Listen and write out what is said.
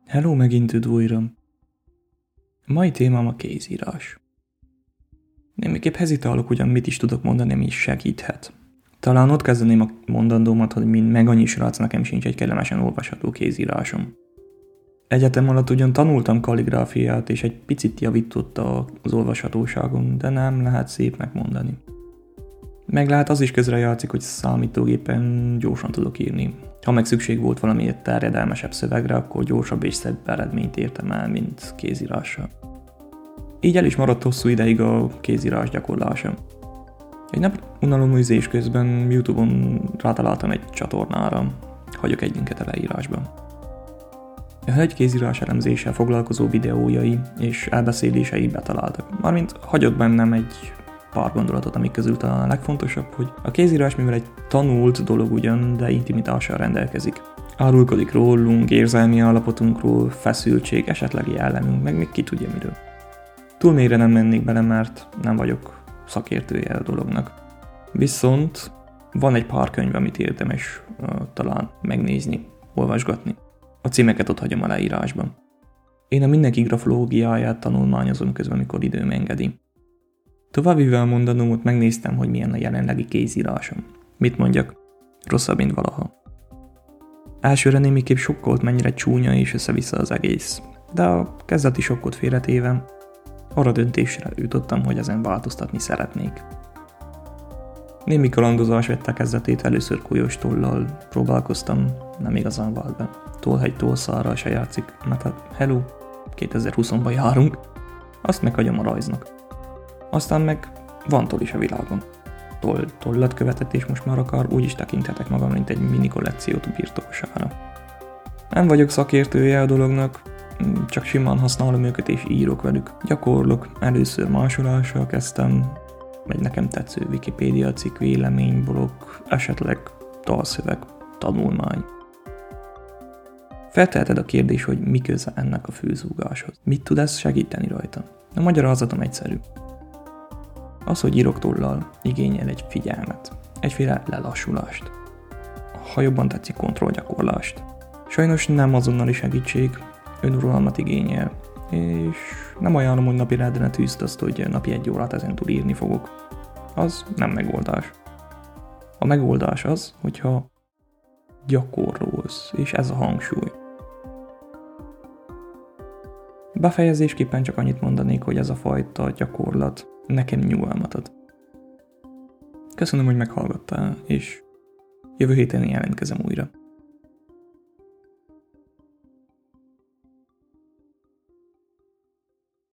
Hello, megint üdv újra. Mai témám a kézírás. Némiképp hezitálok, ugyan mit is tudok mondani, ami is segíthet. Talán ott kezdeném a mondandómat, hogy mint meg annyi srác, nekem sincs egy kellemesen olvasható kézírásom. Egyetem alatt ugyan tanultam kalligráfiát, és egy picit javította az olvashatóságon, de nem lehet szépnek mondani. Meg lehet az is közrejátszik, hogy számítógépen gyorsan tudok írni. Ha meg szükség volt valami terjedelmesebb szövegre, akkor gyorsabb és szebb eredményt értem el, mint kézírással. Így el is maradt hosszú ideig a kézírás gyakorlása. Egy nap unaloműzés közben YouTube-on rátaláltam egy csatornára, hagyok egy linket a leírásban. A hölgy kézírás elemzéssel foglalkozó videójai és elbeszélései betaláltak, mármint hagyott bennem egy pár gondolatot, amik közül talán a legfontosabb, hogy a kézírás, mivel egy tanult dolog ugyan, de intimitással rendelkezik. Árulkodik rólunk, érzelmi állapotunkról, feszültség, esetleg jellemünk, meg még ki tudja miről. Túl mélyre nem mennék bele, mert nem vagyok szakértője a dolognak. Viszont van egy pár könyv, amit érdemes talán megnézni, olvasgatni. A címeket ott hagyom a leírásban. Én a mindenki grafológiáját tanulmányozom közben, amikor időm engedi. Továbbivel mondanómot megnéztem, hogy milyen a jelenlegi kézírásom. Mit mondjak? Rosszabb, mint valaha. Elsőre némiképp sokkolt, mennyire csúnya és össze-vissza az egész. De a kezdeti sokkot félretéve arra döntésre jutottam, hogy ezen változtatni szeretnék. Némi kalandozás vette kezdetét, először kújós tollal próbálkoztam, nem igazán vált be. Tollhegy tollszárral se játszik, mert hát hello, 2020-ban járunk, azt meghagyom a rajznak. Aztán meg van toll is a világon. Tollat követett, és most már akár úgy is tekinthetek magam, mint egy mini kollekciót birtokosára. Nem vagyok szakértője a dolognak, csak simán használom őket és írok velük. Gyakorlok, először másolással kezdtem, egy nekem tetsző Wikipédia cikk, véleményblog, esetleg dalszöveg, tanulmány. Felteheted a kérdés, hogy mi köze ennek a főzúgáshoz. Mit tud ez segíteni rajta? A magyarázatom egyszerű. Az, hogy írok tollal, igényel egy figyelmet, egyféle lelassulást. Ha jobban tetszik, kontrollgyakorlást. Sajnos nem azonnali segítség, önuralmat igényel, és nem ajánlom, hogy napi rendre tűzd azt, hogy napi 1 órát ezentúl írni fogok. Az nem megoldás. A megoldás az, hogyha gyakorolsz, és ez a hangsúly. Befejezésképpen csak annyit mondanék, hogy ez a fajta gyakorlat nekem nyugalmat ad. Köszönöm, hogy meghallgattál, és jövő héten jelentkezem újra.